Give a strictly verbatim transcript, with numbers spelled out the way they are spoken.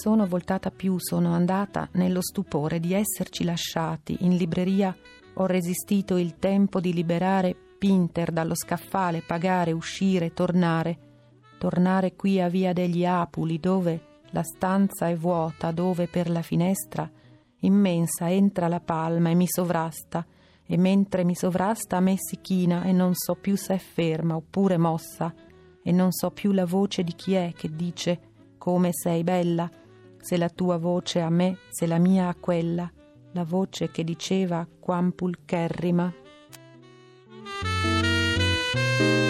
sono voltata più, sono andata nello stupore di esserci lasciati. In libreria ho resistito il tempo di liberare Pinter dallo scaffale, pagare, uscire, tornare. Tornare qui a Via degli Apuli, dove la stanza è vuota, dove per la finestra immensa entra la palma e mi sovrasta, e mentre mi sovrasta a me si china e non so più se è ferma oppure mossa, e non so più la voce di chi è che dice come sei bella, se la tua voce a me, se la mia a quella, la voce che diceva quam pulcherrima.